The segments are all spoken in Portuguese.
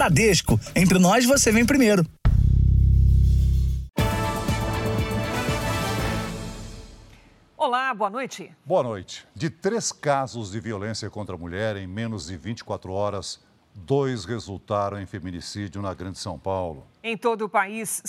Bradesco, entre nós você vem primeiro. Olá, boa noite. Boa noite. De 3 casos de violência contra a mulher em menos de 24 horas, 2 resultaram em feminicídio na Grande São Paulo. Em todo o país,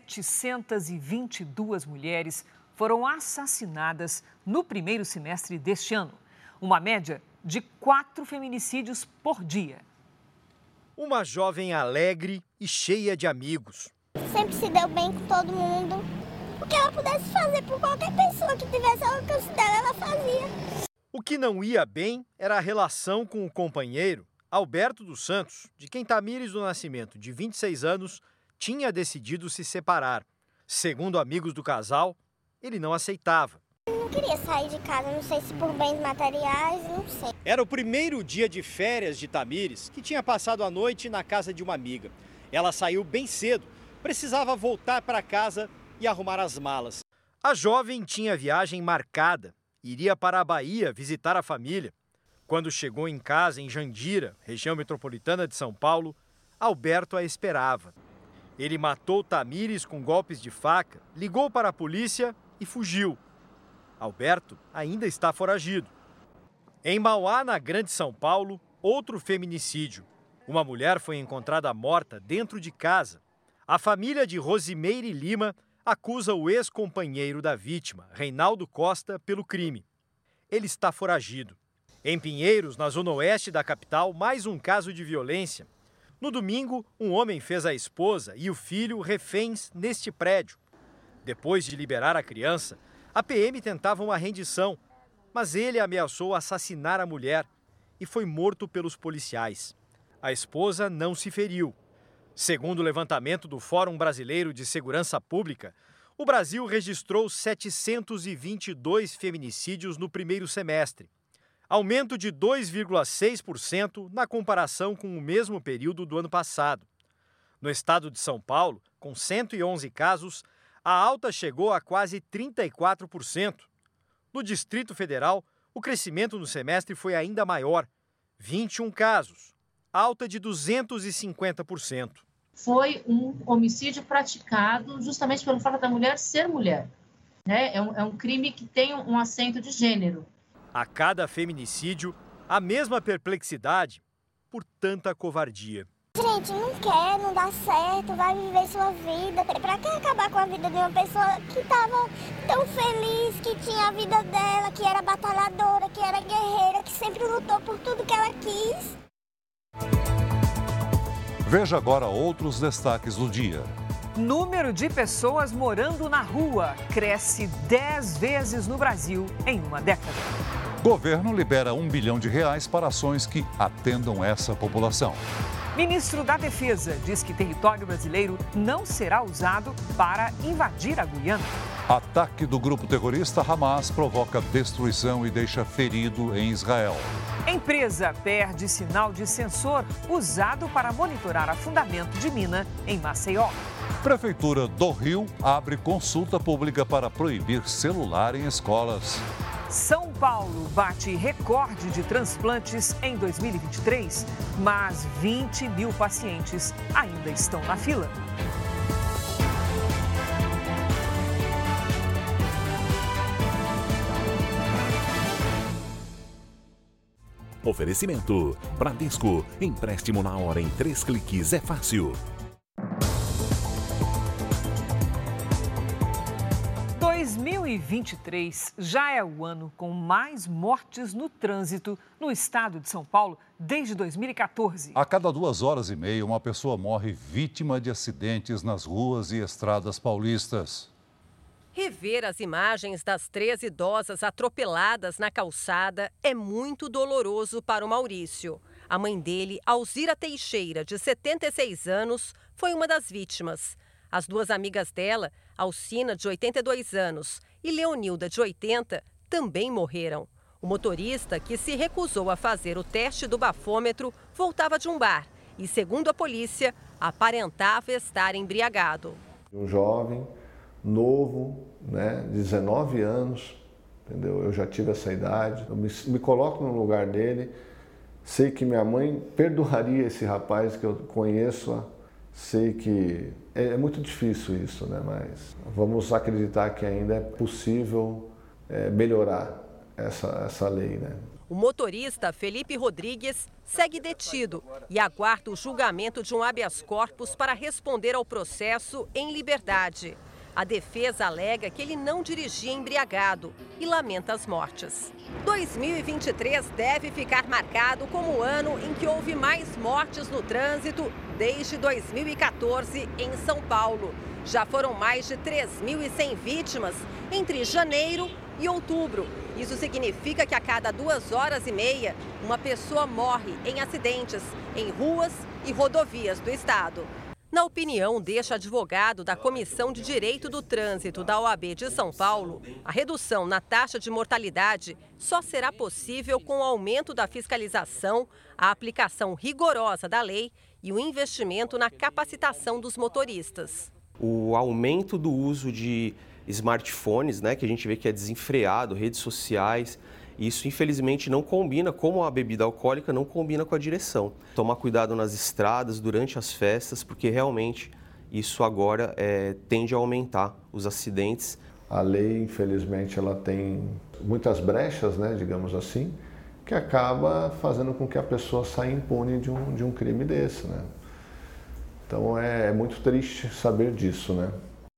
722 mulheres foram assassinadas no primeiro semestre deste ano. Uma média de 4 feminicídios por dia. Uma jovem alegre e cheia de amigos. Sempre se deu bem com todo mundo. O que ela pudesse fazer por qualquer pessoa que tivesse ao alcance dela, ela fazia. O que não ia bem era a relação com o companheiro, Alberto dos Santos, de quem Tamires do Nascimento, de 26 anos, tinha decidido se separar. Segundo amigos do casal, ele não aceitava. Eu não queria sair de casa, não sei se por bens materiais, não sei. Era o primeiro dia de férias de Tamires, que tinha passado a noite na casa de uma amiga. Ela saiu bem cedo, precisava voltar para casa e arrumar as malas. A jovem tinha viagem marcada, iria para a Bahia visitar a família. Quando chegou em casa em Jandira, região metropolitana de São Paulo, Alberto a esperava. Ele matou Tamires com golpes de faca, ligou para a polícia e fugiu. Alberto ainda está foragido. Em Mauá, na Grande São Paulo, outro feminicídio. Uma mulher foi encontrada morta dentro de casa. A família de Rosimeire Lima acusa o ex-companheiro da vítima, Reinaldo Costa, pelo crime. Ele está foragido. Em Pinheiros, na zona oeste da capital, mais um caso de violência. No domingo, um homem fez a esposa e o filho reféns neste prédio. Depois de liberar a criança, a PM tentava uma rendição, mas ele ameaçou assassinar a mulher e foi morto pelos policiais. A esposa não se feriu. Segundo o levantamento do Fórum Brasileiro de Segurança Pública, o Brasil registrou 722 feminicídios no primeiro semestre, aumento de 2,6% na comparação com o mesmo período do ano passado. No estado de São Paulo, com 111 casos, a alta chegou a quase 34%. No Distrito Federal, o crescimento no semestre foi ainda maior, 21 casos, alta de 250%. Foi um homicídio praticado justamente pelo fato da mulher ser mulher. Né? É um crime que tem um acento de gênero. A cada feminicídio, a mesma perplexidade por tanta covardia. Gente, não quer, não dá certo, vai viver sua vida. Pra que acabar com a vida de uma pessoa que estava tão feliz, que tinha a vida dela, que era batalhadora, que era guerreira, que sempre lutou por tudo que ela quis? Veja agora outros destaques do dia. Número de pessoas morando na rua cresce 10 vezes no Brasil em uma década. Governo libera R$1 bilhão para ações que atendam essa população. Ministro da Defesa diz que território brasileiro não será usado para invadir a Guiana. Ataque do grupo terrorista Hamas provoca destruição e deixa ferido em Israel. Empresa perde sinal de sensor usado para monitorar afundamento de mina em Maceió. Prefeitura do Rio abre consulta pública para proibir celular em escolas. São Paulo bate recorde de transplantes em 2023, mas 20 mil pacientes ainda estão na fila. Oferecimento: Bradesco. Empréstimo na hora em 3 cliques é fácil. 2023 já é o ano com mais mortes no trânsito no estado de São Paulo desde 2014. A cada 2h30, uma pessoa morre vítima de acidentes nas ruas e estradas paulistas. Rever as imagens das 3 idosas atropeladas na calçada é muito doloroso para o Maurício. A mãe dele, Alzira Teixeira, de 76 anos, foi uma das vítimas. As 2 amigas dela, Alcina, de 82 anos, e Leonilda, de 80, também morreram. O motorista, que se recusou a fazer o teste do bafômetro, voltava de um bar e, segundo a polícia, aparentava estar embriagado. Um jovem, novo, né, 19 anos, entendeu? Eu já tive essa idade, eu me coloco no lugar dele. Sei que minha mãe perdoaria esse rapaz, que eu conheço. Sei que é muito difícil isso, né? Mas vamos acreditar que ainda é possível melhorar essa lei, né? O motorista Felipe Rodrigues segue detido e aguarda o julgamento de um habeas corpus para responder ao processo em liberdade. A defesa alega que ele não dirigia embriagado e lamenta as mortes. 2023 deve ficar marcado como o ano em que houve mais mortes no trânsito desde 2014 em São Paulo. Já foram mais de 3.100 vítimas entre janeiro e outubro. Isso significa que a cada 2 horas e meia, uma pessoa morre em acidentes em ruas e rodovias do estado. Na opinião deste advogado da Comissão de Direito do Trânsito da OAB de São Paulo, a redução na taxa de mortalidade só será possível com o aumento da fiscalização, a aplicação rigorosa da lei e o investimento na capacitação dos motoristas. O aumento do uso de smartphones, né, que a gente vê que é desenfreado, redes sociais, isso infelizmente não combina, como a bebida alcoólica não combina com a direção. Tomar cuidado nas estradas, durante as festas, porque realmente isso agora tende a aumentar os acidentes. A lei, infelizmente, ela tem muitas brechas, né, digamos assim, que acaba fazendo com que a pessoa saia impune de um crime desse, né? Então é muito triste saber disso, né?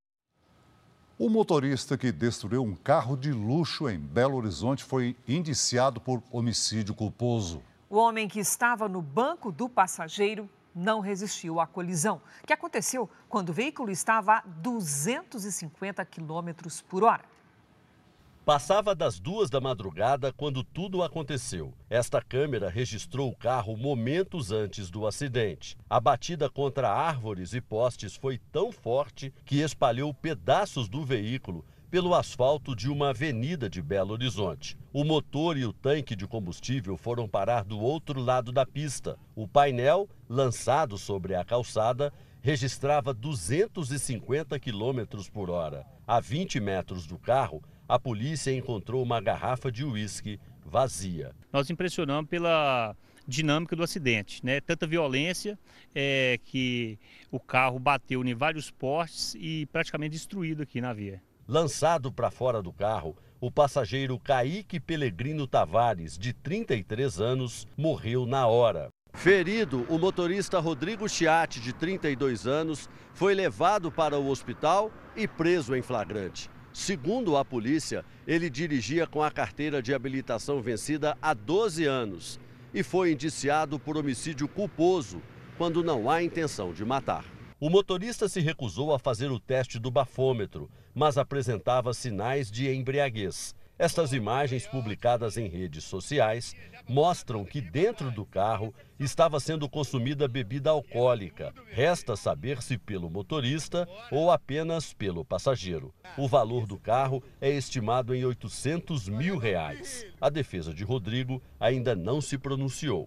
O motorista que destruiu um carro de luxo em Belo Horizonte foi indiciado por homicídio culposo. O homem que estava no banco do passageiro não resistiu à colisão, que aconteceu quando o veículo estava a 250 km por hora. Passava das 2 da madrugada quando tudo aconteceu. Esta câmera registrou o carro momentos antes do acidente. A batida contra árvores e postes foi tão forte que espalhou pedaços do veículo pelo asfalto de uma avenida de Belo Horizonte. O motor e o tanque de combustível foram parar do outro lado da pista. O painel, lançado sobre a calçada, registrava 250 km por hora. A 20 metros do carro, a polícia encontrou uma garrafa de uísque vazia. Nós impressionamos pela dinâmica do acidente, né? Tanta violência que o carro bateu em vários postes e praticamente destruído aqui na via. Lançado para fora do carro, o passageiro Kaique Pelegrino Tavares, de 33 anos, morreu na hora. Ferido, o motorista Rodrigo Chiatti, de 32 anos, foi levado para o hospital e preso em flagrante. Segundo a polícia, ele dirigia com a carteira de habilitação vencida há 12 anos e foi indiciado por homicídio culposo, quando não há intenção de matar. O motorista se recusou a fazer o teste do bafômetro, mas apresentava sinais de embriaguez. Estas imagens, publicadas em redes sociais, mostram que dentro do carro estava sendo consumida bebida alcoólica. Resta saber se pelo motorista ou apenas pelo passageiro. O valor do carro é estimado em R$800 mil. A defesa de Rodrigo ainda não se pronunciou.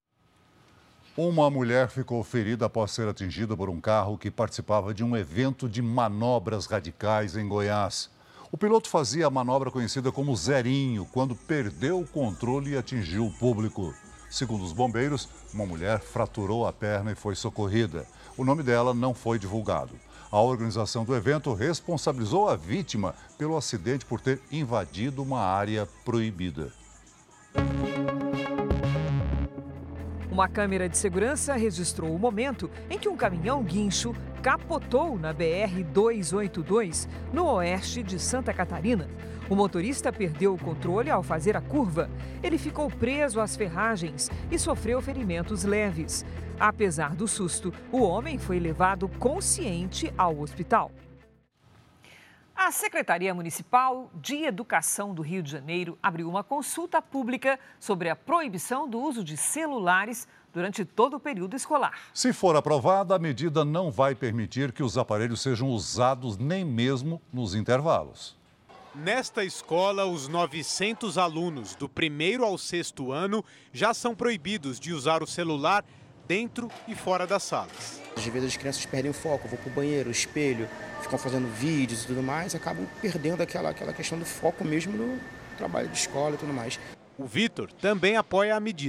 Uma mulher ficou ferida após ser atingida por um carro que participava de um evento de manobras radicais em Goiás. O piloto fazia a manobra conhecida como zerinho, quando perdeu o controle e atingiu o público. Segundo os bombeiros, uma mulher fraturou a perna e foi socorrida. O nome dela não foi divulgado. A organização do evento responsabilizou a vítima pelo acidente por ter invadido uma área proibida. Uma câmera de segurança registrou o momento em que um caminhão guincho capotou na BR-282, no oeste de Santa Catarina. O motorista perdeu o controle ao fazer a curva. Ele ficou preso às ferragens e sofreu ferimentos leves. Apesar do susto, o homem foi levado consciente ao hospital. A Secretaria Municipal de Educação do Rio de Janeiro abriu uma consulta pública sobre a proibição do uso de celulares durante todo o período escolar. Se for aprovada, a medida não vai permitir que os aparelhos sejam usados nem mesmo nos intervalos. Nesta escola, os 900 alunos do 1º ao 6º ano já são proibidos de usar o celular dentro e fora das salas. Às vezes as crianças perdem o foco, vão para o banheiro, o espelho, ficam fazendo vídeos e tudo mais, acabam perdendo aquela questão do foco mesmo no trabalho de escola e tudo mais. O Vitor também apoia a medida.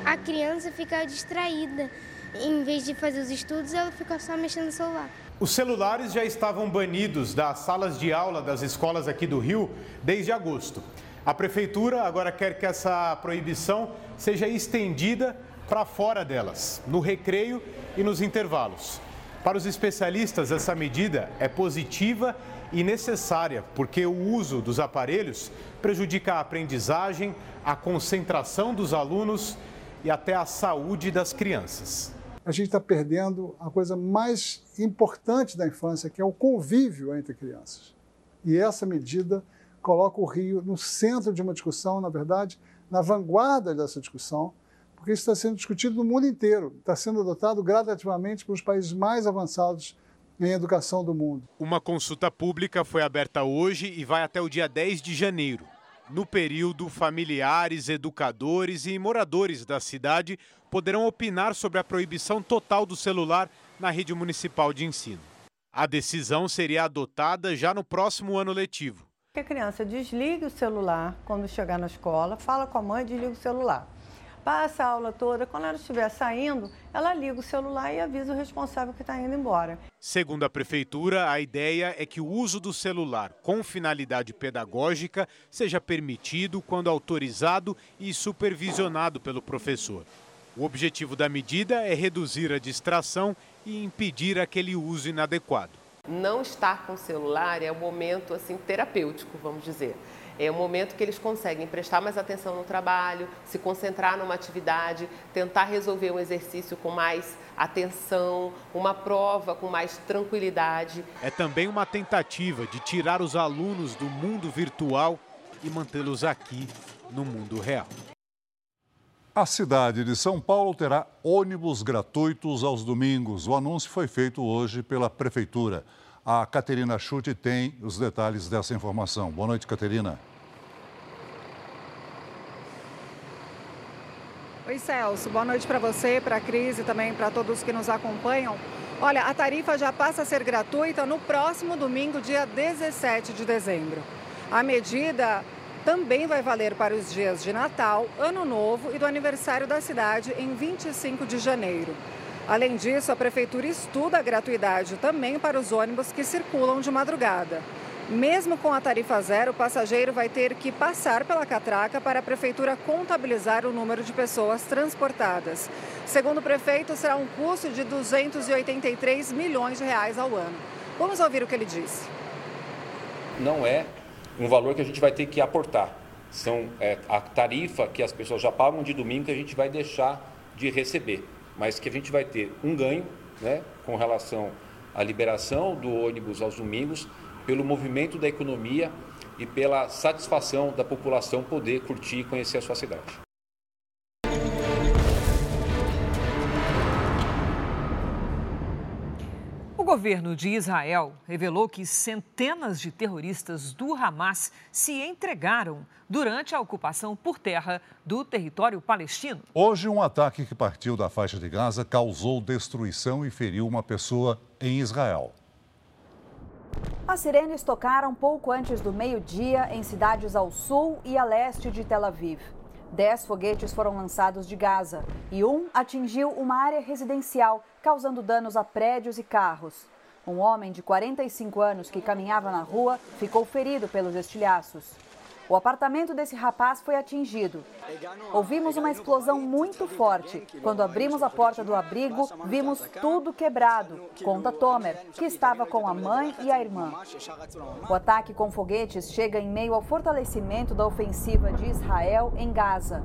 A criança fica distraída. Em vez de fazer os estudos, ela fica só mexendo no celular. Os celulares já estavam banidos das salas de aula das escolas aqui do Rio desde agosto. A prefeitura agora quer que essa proibição seja estendida para fora delas, no recreio e nos intervalos. Para os especialistas, essa medida é positiva e necessária, porque o uso dos aparelhos prejudica a aprendizagem, a concentração dos alunos e até a saúde das crianças. A gente está perdendo a coisa mais importante da infância, que é o convívio entre crianças. E essa medida coloca o Rio no centro de uma discussão, na verdade, na vanguarda dessa discussão, porque isso está sendo discutido no mundo inteiro, está sendo adotado gradativamente pelos países mais avançados em educação do mundo. Uma consulta pública foi aberta hoje e vai até o dia 10 de janeiro. No período, familiares, educadores e moradores da cidade poderão opinar sobre a proibição total do celular na rede municipal de ensino. A decisão seria adotada já no próximo ano letivo. Que a criança desligue o celular quando chegar na escola, fala com a mãe, desliga o celular. Passa a aula toda, quando ela estiver saindo, ela liga o celular e avisa o responsável que está indo embora. Segundo a prefeitura, a ideia é que o uso do celular com finalidade pedagógica seja permitido quando autorizado e supervisionado pelo professor. O objetivo da medida é reduzir a distração e impedir aquele uso inadequado. Não estar com o celular é um momento assim, terapêutico, vamos dizer. É um momento que eles conseguem prestar mais atenção no trabalho, se concentrar numa atividade, tentar resolver um exercício com mais atenção, uma prova com mais tranquilidade. É também uma tentativa de tirar os alunos do mundo virtual e mantê-los aqui no mundo real. A cidade de São Paulo terá ônibus gratuitos aos domingos. O anúncio foi feito hoje pela Prefeitura. A Caterina Schutte tem os detalhes dessa informação. Boa noite, Caterina. Oi, Celso. Boa noite para você, para a Cris e também para todos que nos acompanham. Olha, a tarifa já passa a ser gratuita no próximo domingo, dia 17 de dezembro. A medida também vai valer para os dias de Natal, Ano Novo e do aniversário da cidade em 25 de janeiro. Além disso, a Prefeitura estuda a gratuidade também para os ônibus que circulam de madrugada. Mesmo com a tarifa zero, o passageiro vai ter que passar pela catraca para a Prefeitura contabilizar o número de pessoas transportadas. Segundo o prefeito, será um custo de R$ 283 milhões ao ano. Vamos ouvir o que ele disse. Não é um valor que a gente vai ter que aportar. A tarifa que as pessoas já pagam de domingo que a gente vai deixar de receber. Mas que a gente vai ter um ganho, né, com relação à liberação do ônibus aos domingos, pelo movimento da economia e pela satisfação da população poder curtir e conhecer a sua cidade. O governo de Israel revelou que centenas de terroristas do Hamas se entregaram durante a ocupação por terra do território palestino. Hoje, um ataque que partiu da faixa de Gaza causou destruição e feriu uma pessoa em Israel. As sirenes tocaram pouco antes do meio-dia em cidades ao sul e a leste de Tel Aviv. 10 foguetes foram lançados de Gaza e um atingiu uma área residencial, causando danos a prédios e carros. Um homem de 45 anos que caminhava na rua ficou ferido pelos estilhaços. O apartamento desse rapaz foi atingido. Ouvimos uma explosão muito forte. Quando abrimos a porta do abrigo, vimos tudo quebrado, conta Tomer, que estava com a mãe e a irmã. O ataque com foguetes chega em meio ao fortalecimento da ofensiva de Israel em Gaza.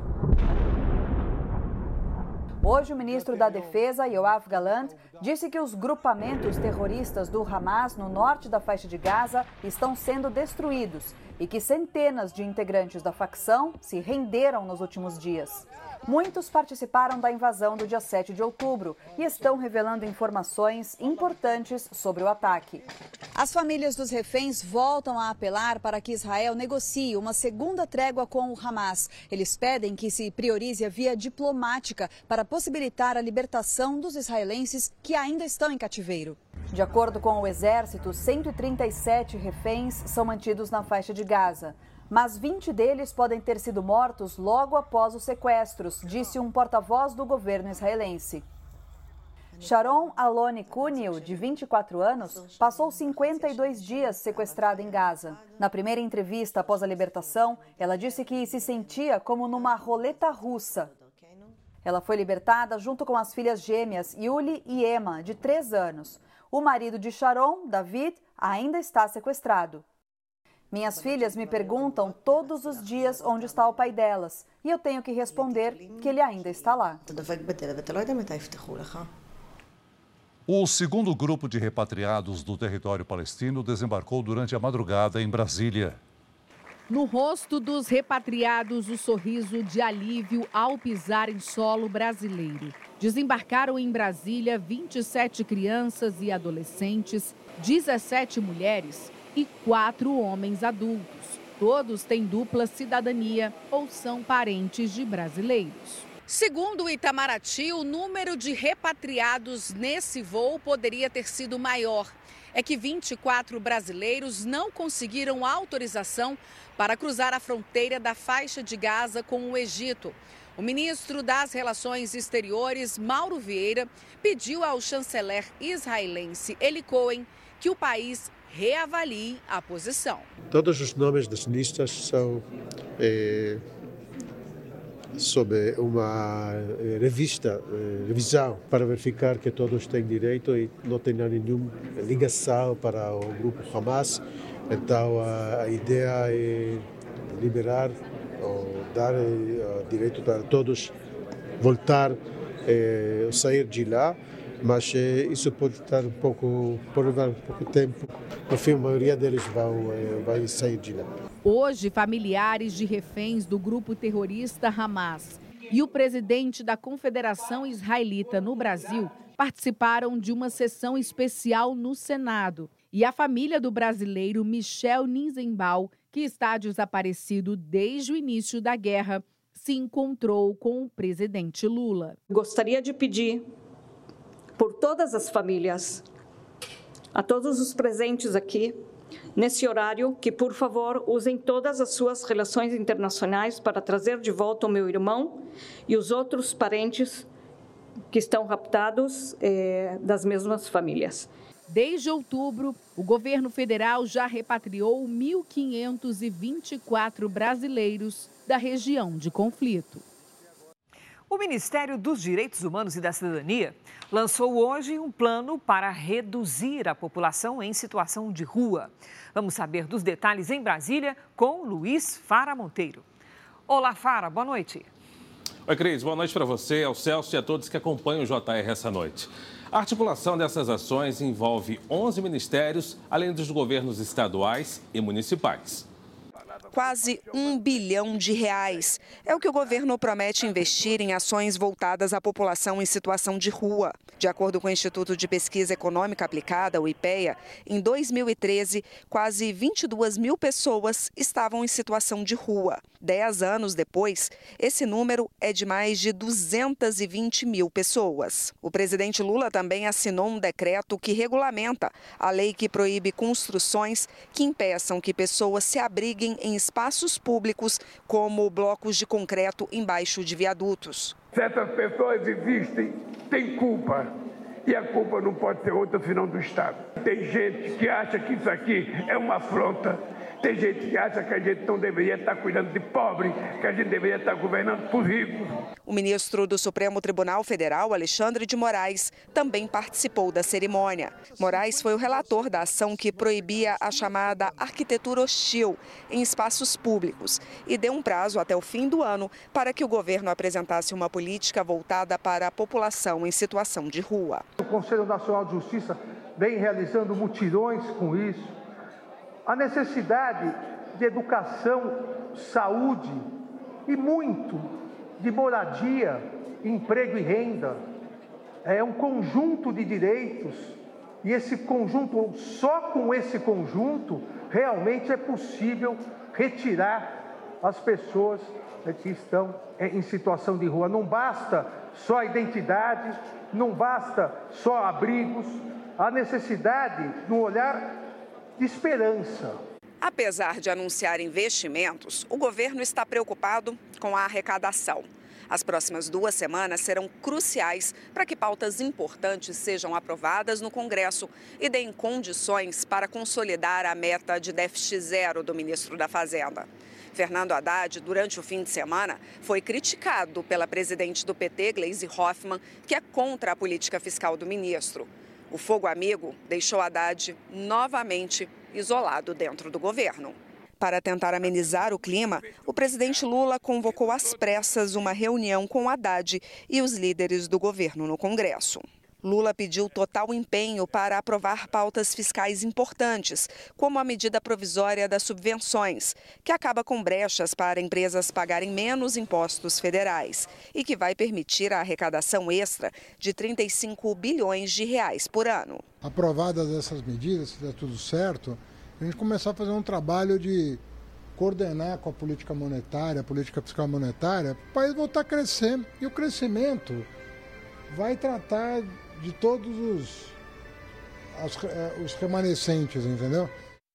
Hoje, o ministro da Defesa, Yoav Gallant, disse que os grupamentos terroristas do Hamas no norte da faixa de Gaza estão sendo destruídos e que centenas de integrantes da facção se renderam nos últimos dias. Muitos participaram da invasão do dia 7 de outubro e estão revelando informações importantes sobre o ataque. As famílias dos reféns voltam a apelar para que Israel negocie uma segunda trégua com o Hamas. Eles pedem que se priorize a via diplomática para possibilitar a libertação dos israelenses que ainda estão em cativeiro. De acordo com o exército, 137 reféns são mantidos na faixa de Gaza. mas 20 deles podem ter sido mortos logo após os sequestros, disse um porta-voz do governo israelense. Sharon Aloni Cunil, de 24 anos, passou 52 dias sequestrada em Gaza. Na primeira entrevista após a libertação, ela disse que se sentia como numa roleta russa. Ela foi libertada junto com as filhas gêmeas Yuli e Emma, de 3 anos. O marido de Sharon, David, ainda está sequestrado. Minhas filhas me perguntam todos os dias onde está o pai delas, e eu tenho que responder que ele ainda está lá. O segundo grupo de repatriados do território palestino desembarcou durante a madrugada em Brasília. No rosto dos repatriados, o sorriso de alívio ao pisar em solo brasileiro. Desembarcaram em Brasília 27 crianças e adolescentes, 17 mulheres e 4 homens adultos. Todos têm dupla cidadania ou são parentes de brasileiros. Segundo o Itamaraty, o número de repatriados nesse voo poderia ter sido maior. É que 24 brasileiros não conseguiram autorização para cruzar a fronteira da faixa de Gaza com o Egito. O ministro das Relações Exteriores, Mauro Vieira, pediu ao chanceler israelense Eli Cohen que o país reavalie a posição. Todos os nomes das listas são sob uma revisão para verificar que todos têm direito e não têm nenhuma ligação para o grupo Hamas. Então a ideia é liberar ou dar direito para todos voltar, sair de lá, mas isso pode levar um pouco tempo. No fim, a maioria deles vai sair de lá. Hoje, familiares de reféns do grupo terrorista Hamas e o presidente da Confederação Israelita no Brasil participaram de uma sessão especial no Senado. E a família do brasileiro Michel Ninzenbaum, que está desaparecido desde o início da guerra, se encontrou com o presidente Lula. Gostaria de pedir por todas as famílias, a todos os presentes aqui, nesse horário, que, por favor, usem todas as suas relações internacionais para trazer de volta o meu irmão e os outros parentes que estão raptados das mesmas famílias. Desde outubro, o governo federal já repatriou 1.524 brasileiros da região de conflito. O Ministério dos Direitos Humanos e da Cidadania lançou hoje um plano para reduzir a população em situação de rua. Vamos saber dos detalhes em Brasília com Luiz Fara Monteiro. Olá, Fara, boa noite. Oi, Cris, boa noite para você, ao Celso e a todos que acompanham o JR essa noite. A articulação dessas ações envolve 11 ministérios, além dos governos estaduais e municipais. Quase R$1 bilhão. É o que o governo promete investir em ações voltadas à população em situação de rua. De acordo com o Instituto de Pesquisa Econômica Aplicada, o IPEA, em 2013, quase 22 mil pessoas estavam em situação de rua. 10 anos depois, esse número é de mais de 220 mil pessoas. O presidente Lula também assinou um decreto que regulamenta a lei que proíbe construções que impeçam que pessoas se abriguem em espaços públicos, como blocos de concreto embaixo de viadutos. Certas pessoas existem, têm culpa, e a culpa não pode ser outra senão do Estado. Tem gente que acha que isso aqui é uma afronta. Tem gente que acha que a gente não deveria estar cuidando de pobre, que a gente deveria estar governando por ricos. O ministro do Supremo Tribunal Federal, Alexandre de Moraes, também participou da cerimônia. Moraes foi o relator da ação que proibia a chamada arquitetura hostil em espaços públicos e deu um prazo até o fim do ano para que o governo apresentasse uma política voltada para a população em situação de rua. O Conselho Nacional de Justiça vem realizando mutirões com isso. A necessidade de educação, saúde e muito de moradia, emprego e renda. É um conjunto de direitos e esse conjunto, só com esse conjunto, realmente é possível retirar as pessoas que estão em situação de rua. Não basta só a identidade, não basta só abrigos, há necessidade de um olhar de esperança. Apesar de anunciar investimentos, o governo está preocupado com a arrecadação. As próximas 2 semanas serão cruciais para que pautas importantes sejam aprovadas no Congresso e deem condições para consolidar a meta de déficit zero do ministro da Fazenda. Fernando Haddad, durante o fim de semana, foi criticado pela presidente do PT, Gleisi Hoffmann, que é contra a política fiscal do ministro. O fogo amigo deixou Haddad novamente isolado dentro do governo. Para tentar amenizar o clima, o presidente Lula convocou às pressas uma reunião com Haddad e os líderes do governo no Congresso. Lula pediu total empenho para aprovar pautas fiscais importantes, como a medida provisória das subvenções, que acaba com brechas para empresas pagarem menos impostos federais e que vai permitir a arrecadação extra de 35 bilhões de reais por ano. Aprovadas essas medidas, se der tudo certo, a gente começar a fazer um trabalho de coordenar com a política monetária, a política fiscal monetária, para o país voltar a crescer. E o crescimento vai tratar de todos os remanescentes, entendeu?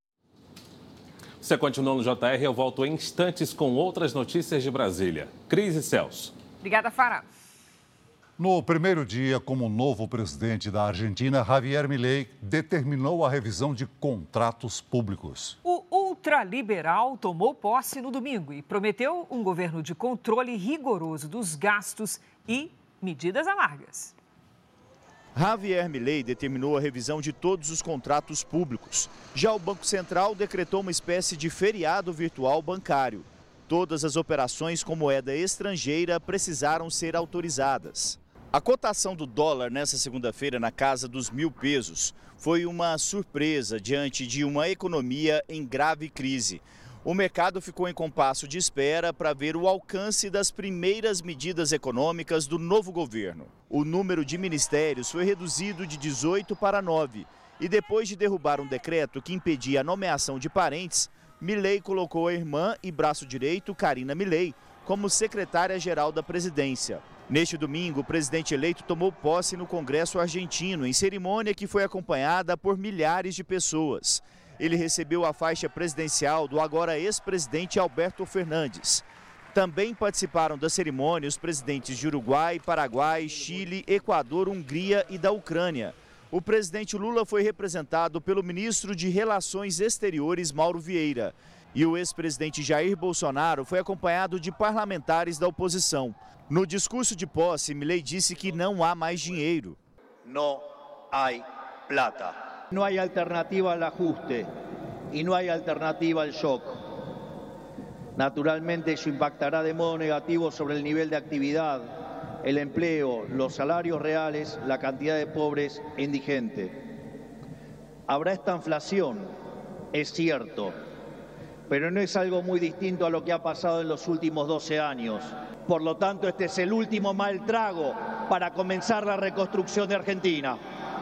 Você continua no JR, eu volto em instantes com outras notícias de Brasília. Cris e Celso. Obrigada, Fará. No primeiro dia, como novo presidente da Argentina, Javier Milei determinou a revisão de contratos públicos. O ultraliberal tomou posse no domingo e prometeu um governo de controle rigoroso dos gastos e medidas amargas. Javier Milei determinou a revisão de todos os contratos públicos. Já o Banco Central decretou uma espécie de feriado virtual bancário. Todas as operações com moeda estrangeira precisaram ser autorizadas. A cotação do dólar nesta segunda-feira na casa dos 1.000 pesos foi uma surpresa diante de uma economia em grave crise. O mercado ficou em compasso de espera para ver o alcance das primeiras medidas econômicas do novo governo. O número de ministérios foi reduzido de 18 para 9 e depois de derrubar um decreto que impedia a nomeação de parentes, Milei colocou a irmã e braço direito, Karina Milei, como secretária-geral da presidência. Neste domingo, o presidente eleito tomou posse no Congresso argentino, em cerimônia que foi acompanhada por milhares de pessoas. Ele recebeu a faixa presidencial do agora ex-presidente Alberto Fernandes. Também participaram da cerimônia os presidentes de Uruguai, Paraguai, Chile, Equador, Hungria e da Ucrânia. O presidente Lula foi representado pelo ministro de Relações Exteriores, Mauro Vieira. E o ex-presidente Jair Bolsonaro foi acompanhado de parlamentares da oposição. No discurso de posse, Milei disse que não há mais dinheiro. Não há plata. No hay alternativa al ajuste y no hay alternativa al shock. Naturalmente, eso impactará de modo negativo sobre el nivel de actividad, el empleo, los salarios reales, la cantidad de pobres e indigentes. Habrá esta inflación, es cierto, pero no es algo muy distinto a lo que ha pasado en los últimos 12 años. Por lo tanto, este es el último mal trago para comenzar la reconstrucción de Argentina.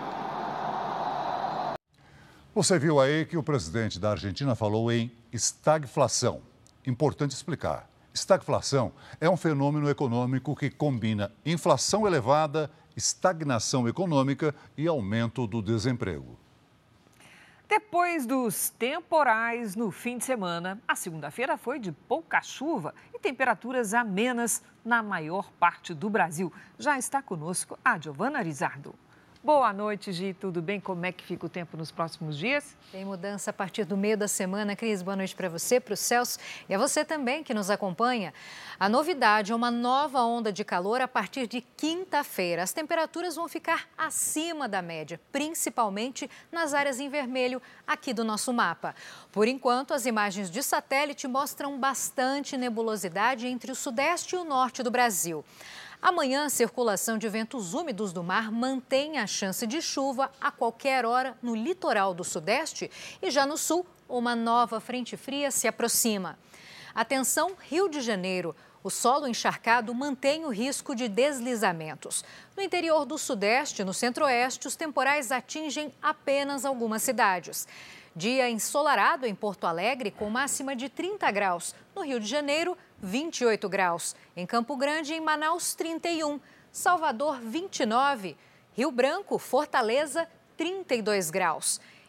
Você viu aí que o presidente da Argentina falou em estagflação. Importante explicar. Estagflação é um fenômeno econômico que combina inflação elevada, estagnação econômica e aumento do desemprego. Depois dos temporais no fim de semana, a segunda-feira foi de pouca chuva e temperaturas amenas na maior parte do Brasil. Já está conosco a Giovana Rizardo. Boa noite, Gi. Tudo bem? Como é que fica o tempo nos próximos dias? Tem mudança a partir do meio da semana. Cris, boa noite para você, para o Celso e a você também que nos acompanha. A novidade é uma nova onda de calor a partir de quinta-feira. As temperaturas vão ficar acima da média, principalmente nas áreas em vermelho aqui do nosso mapa. Por enquanto, as imagens de satélite mostram bastante nebulosidade entre o sudeste e o norte do Brasil. Amanhã, a circulação de ventos úmidos do mar mantém a chance de chuva a qualquer hora no litoral do sudeste e já no sul, uma nova frente fria se aproxima. Atenção, Rio de Janeiro. O solo encharcado mantém o risco de deslizamentos. No interior do sudeste e no centro-oeste, os temporais atingem apenas algumas cidades. Dia ensolarado em Porto Alegre, com máxima de 30 graus. No Rio de Janeiro, 28 graus. Em Campo Grande e em Manaus, 31. Salvador, 29. Rio Branco, Fortaleza, 32 graus.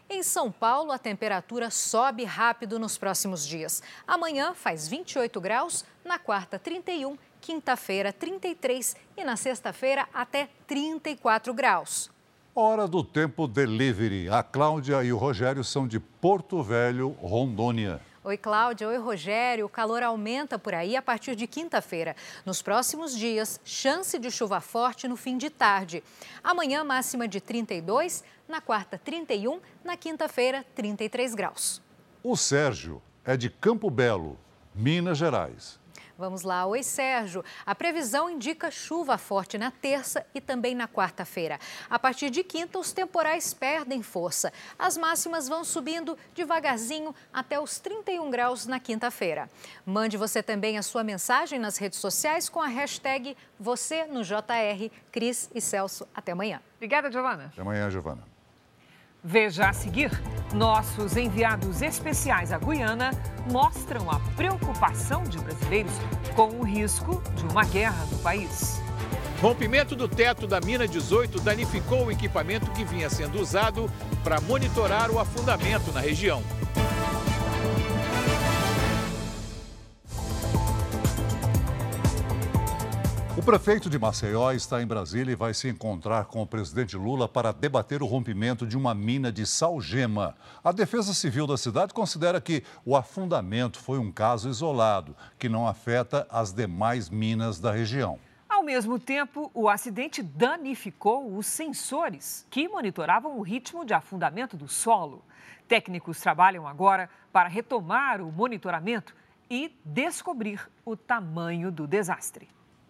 Em São Paulo, a temperatura sobe rápido nos próximos dias. Amanhã faz 28 graus, na quarta 31, quinta-feira 33 e na sexta-feira até 34 graus. Hora do Tempo Delivery. A Cláudia e o Rogério são de Porto Velho, Rondônia. Oi, Cláudia. Oi, Rogério. O calor aumenta por aí a partir de quinta-feira. Nos próximos dias, chance de chuva forte no fim de tarde. Amanhã, máxima de 32, na quarta, 31, na quinta-feira, 33 graus. O Sérgio é de Campo Belo, Minas Gerais. Vamos lá. Oi, Sérgio. A previsão indica chuva forte na terça e também na quarta-feira. A partir de quinta, os temporais perdem força. As máximas vão subindo devagarzinho até os 31 graus na quinta-feira. Mande você também a sua mensagem nas redes sociais com a hashtag você no JR. Cris e Celso, até amanhã. Obrigada, Giovana. Até amanhã, Giovana. Veja a seguir, nossos enviados especiais à Guiana mostram a preocupação de brasileiros com o risco de uma guerra no país. Rompimento do teto da mina 18 danificou o equipamento que vinha sendo usado para monitorar o afundamento na região. O prefeito de Maceió está em Brasília e vai se encontrar com o presidente Lula para debater o rompimento de uma mina de salgema. A Defesa Civil da cidade considera que o afundamento foi um caso isolado, que não afeta as demais minas da região. Ao mesmo tempo, o acidente danificou os sensores que monitoravam o ritmo de afundamento do solo. Técnicos trabalham agora para retomar o monitoramento e descobrir o tamanho do desastre.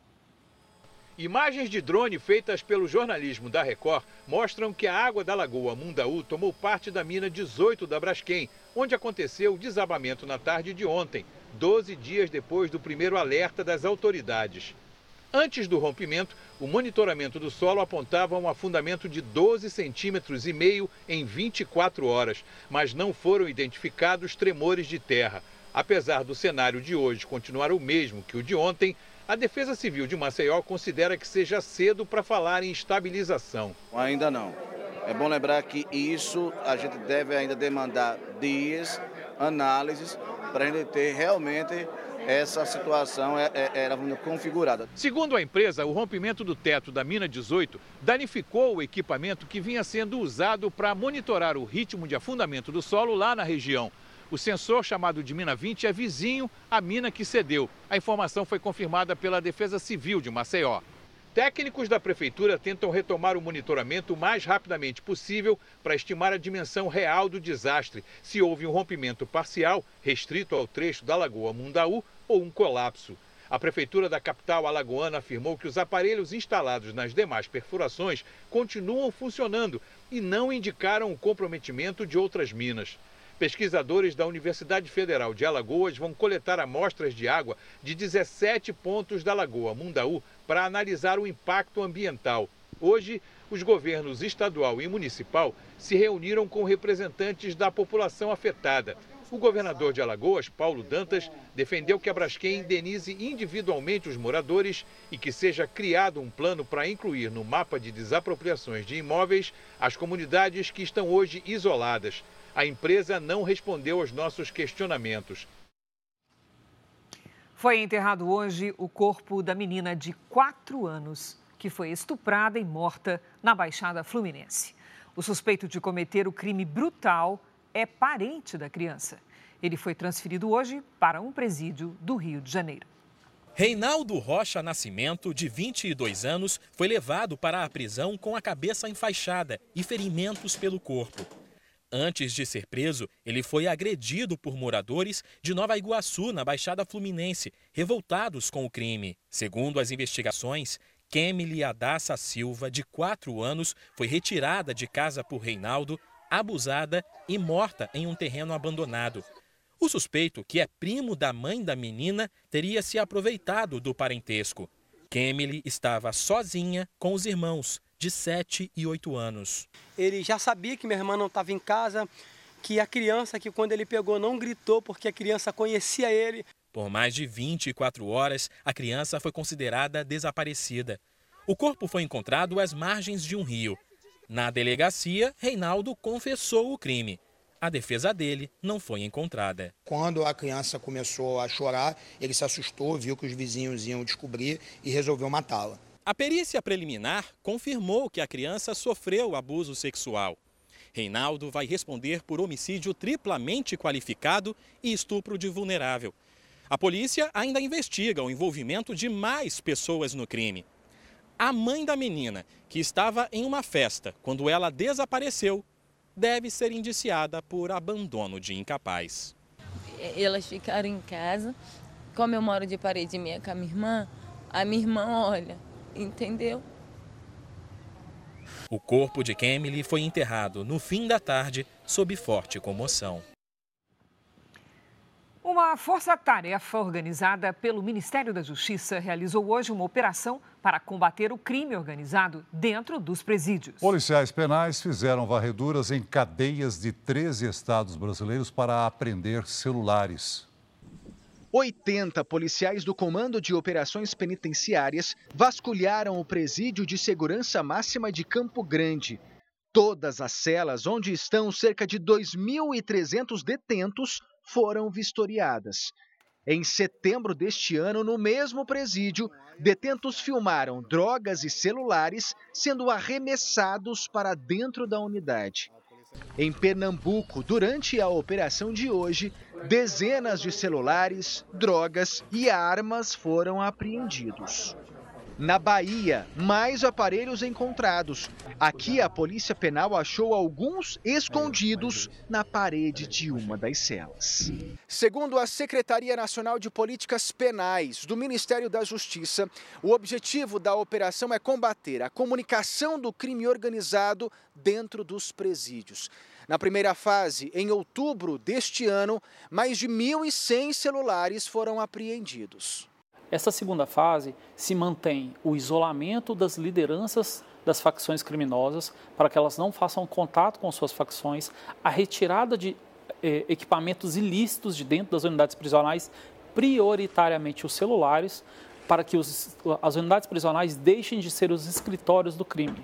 Imagens de drone feitas pelo jornalismo da Record mostram que a água da Lagoa Mundaú tomou parte da mina 18 da Braskem, onde aconteceu o desabamento na tarde de ontem, 12 dias depois do primeiro alerta das autoridades. Antes do rompimento, o monitoramento do solo apontava um afundamento de 12,5 centímetros em 24 horas, mas não foram identificados tremores de terra. Apesar do cenário de hoje continuar o mesmo que o de ontem, a Defesa Civil de Maceió considera que seja cedo para falar em estabilização. Ainda não. É bom lembrar que isso a gente deve ainda demandar dias, análises, para a gente ter realmente essa situação configurada. Segundo a empresa, o rompimento do teto da mina 18 danificou o equipamento que vinha sendo usado para monitorar o ritmo de afundamento do solo lá na região. O sensor, chamado de Mina 20, é vizinho à mina que cedeu. A informação foi confirmada pela Defesa Civil de Maceió. Técnicos da Prefeitura tentam retomar o monitoramento o mais rapidamente possível para estimar a dimensão real do desastre, se houve um rompimento parcial, restrito ao trecho da Lagoa Mundaú, ou um colapso. A Prefeitura da capital alagoana afirmou que os aparelhos instalados nas demais perfurações continuam funcionando e não indicaram o comprometimento de outras minas. Pesquisadores da Universidade Federal de Alagoas vão coletar amostras de água de 17 pontos da Lagoa Mundaú para analisar o impacto ambiental. Hoje, os governos estadual e municipal se reuniram com representantes da população afetada. O governador de Alagoas, Paulo Dantas, defendeu que a Braskem indenize individualmente os moradores e que seja criado um plano para incluir no mapa de desapropriações de imóveis as comunidades que estão hoje isoladas. A empresa não respondeu aos nossos questionamentos. Foi enterrado hoje o corpo da menina de 4 anos, que foi estuprada e morta na Baixada Fluminense. O suspeito de cometer o crime brutal é parente da criança. Ele foi transferido hoje para um presídio do Rio de Janeiro. Reinaldo Rocha Nascimento, de 22 anos, foi levado para a prisão com a cabeça enfaixada e ferimentos pelo corpo. Antes de ser preso, ele foi agredido por moradores de Nova Iguaçu, na Baixada Fluminense, revoltados com o crime. Segundo as investigações, Kemily Adassa Silva, de 4 anos, foi retirada de casa por Reinaldo, abusada e morta em um terreno abandonado. O suspeito, que é primo da mãe da menina, teria se aproveitado do parentesco. Kemily estava sozinha com os irmãos, de 7 e 8 anos. Ele já sabia que minha irmã não estava em casa, que a criança, que quando ele pegou não gritou porque a criança conhecia ele. Por mais de 24 horas, a criança foi considerada desaparecida. O corpo foi encontrado às margens de um rio. Na delegacia, Reinaldo confessou o crime. A defesa dele não foi encontrada. Quando a criança começou a chorar, ele se assustou, viu que os vizinhos iam descobrir e resolveu matá-la. A perícia preliminar confirmou que a criança sofreu abuso sexual. Reinaldo vai responder por homicídio triplamente qualificado e estupro de vulnerável. A polícia ainda investiga o envolvimento de mais pessoas no crime. A mãe da menina, que estava em uma festa quando ela desapareceu, deve ser indiciada por abandono de incapaz. Elas ficaram em casa, como eu moro de parede meia com a minha irmã olha, entendeu? O corpo de Kemily foi enterrado no fim da tarde, sob forte comoção. Uma força-tarefa organizada pelo Ministério da Justiça realizou hoje uma operação para combater o crime organizado dentro dos presídios. Policiais penais fizeram varreduras em cadeias de 13 estados brasileiros para apreender celulares. 80 policiais do Comando de Operações Penitenciárias vasculharam o presídio de segurança máxima de Campo Grande. Todas as celas onde estão cerca de 2.300 detentos foram vistoriadas. Em setembro deste ano, no mesmo presídio, detentos filmaram drogas e celulares sendo arremessados para dentro da unidade. Em Pernambuco, durante a operação de hoje, dezenas de celulares, drogas e armas foram apreendidos. Na Bahia, mais aparelhos encontrados. Aqui, a Polícia Penal achou alguns escondidos na parede de uma das celas. Segundo a Secretaria Nacional de Políticas Penais do Ministério da Justiça, o objetivo da operação é combater a comunicação do crime organizado dentro dos presídios. Na primeira fase, em outubro deste ano, mais de 1.100 celulares foram apreendidos. Essa segunda fase se mantém o isolamento das lideranças das facções criminosas para que elas não façam contato com suas facções, a retirada de equipamentos ilícitos de dentro das unidades prisionais, prioritariamente os celulares, para que as unidades prisionais deixem de ser os escritórios do crime.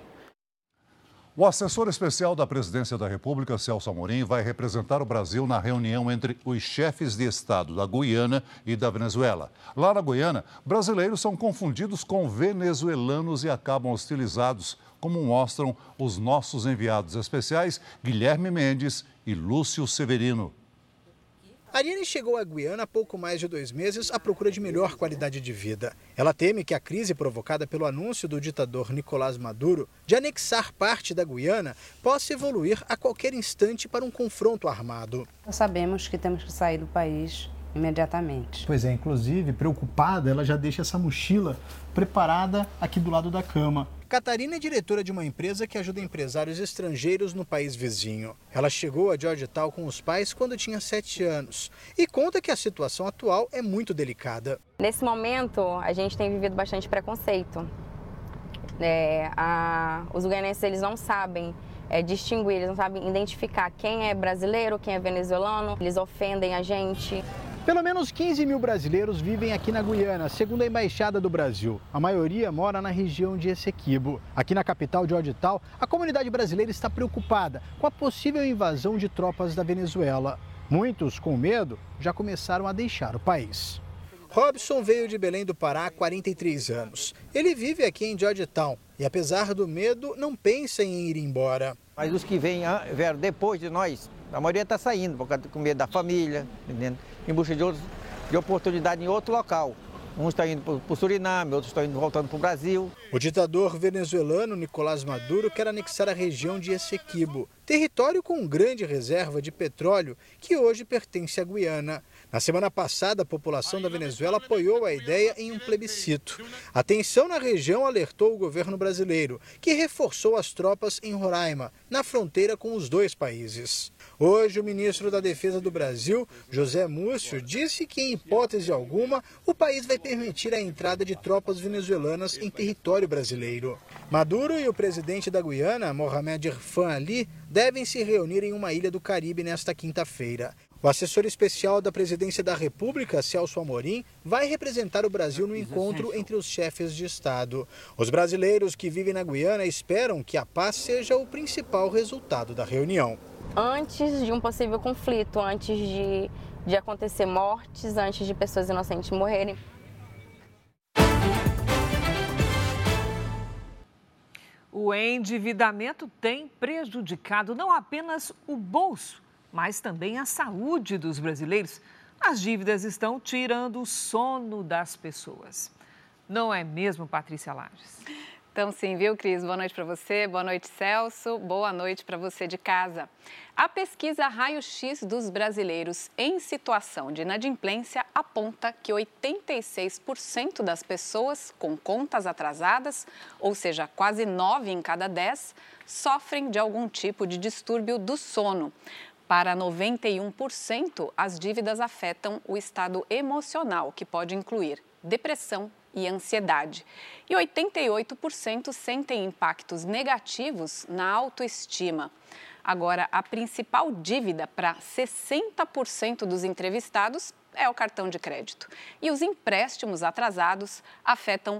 O assessor especial da Presidência da República, Celso Amorim, vai representar o Brasil na reunião entre os chefes de Estado da Guiana e da Venezuela. Lá na Guiana, brasileiros são confundidos com venezuelanos e acabam hostilizados, como mostram os nossos enviados especiais, Guilherme Mendes e Lúcio Severino. Ariane chegou à Guiana há pouco mais de 2 meses à procura de melhor qualidade de vida. Ela teme que a crise provocada pelo anúncio do ditador Nicolás Maduro de anexar parte da Guiana possa evoluir a qualquer instante para um confronto armado. Nós sabemos que temos que sair do país imediatamente. Pois é, inclusive, preocupada, ela já deixa essa mochila preparada aqui do lado da cama. Catarina é diretora de uma empresa que ajuda empresários estrangeiros no país vizinho. Ela chegou a Georgetown com os pais quando tinha 7 anos e conta que a situação atual é muito delicada. Nesse momento, a gente tem vivido bastante preconceito. Os guianenses, eles não sabem distinguir, eles não sabem identificar quem é brasileiro, quem é venezuelano. Eles ofendem a gente. Pelo menos 15 mil brasileiros vivem aqui na Guiana, segundo a Embaixada do Brasil. A maioria mora na região de Essequibo. Aqui na capital de Georgetown, a comunidade brasileira está preocupada com a possível invasão de tropas da Venezuela. Muitos, com medo, já começaram a deixar o país. Robson veio de Belém do Pará há 43 anos. Ele vive aqui em Georgetown e, apesar do medo, não pensa em ir embora. Mas os que vieram depois de nós, a maioria está saindo, por causa com medo da família, entendeu? Em busca de oportunidade em outro local. Uns estão indo para o Suriname, outros estão voltando para o Brasil. O ditador venezuelano Nicolás Maduro quer anexar a região de Essequibo, território com grande reserva de petróleo que hoje pertence à Guiana. Na semana passada, a população da Venezuela apoiou a ideia em um plebiscito. A tensão na região alertou o governo brasileiro, que reforçou as tropas em Roraima, na fronteira com os dois países. Hoje, o ministro da Defesa do Brasil, José Múcio, disse que, em hipótese alguma, o país vai permitir a entrada de tropas venezuelanas em território brasileiro. Maduro e o presidente da Guiana, Mohamed Irfan Ali, devem se reunir em uma ilha do Caribe nesta quinta-feira. O assessor especial da Presidência da República, Celso Amorim, vai representar o Brasil no encontro entre os chefes de Estado. Os brasileiros que vivem na Guiana esperam que a paz seja o principal resultado da reunião. Antes de um possível conflito, antes de acontecer mortes, antes de pessoas inocentes morrerem. O endividamento tem prejudicado não apenas o bolso, mas também a saúde dos brasileiros. As dívidas estão tirando o sono das pessoas. Não é mesmo, Patrícia Lages? Então sim, viu, Cris? Boa noite para você, boa noite, Celso, boa noite para você de casa. A pesquisa Raio-X dos brasileiros em situação de inadimplência aponta que 86% das pessoas com contas atrasadas, ou seja, quase 9 em cada 10, sofrem de algum tipo de distúrbio do sono. Para 91%, as dívidas afetam o estado emocional, que pode incluir depressão e ansiedade. E 88% sentem impactos negativos na autoestima. Agora, a principal dívida para 60% dos entrevistados é o cartão de crédito. E os empréstimos atrasados afetam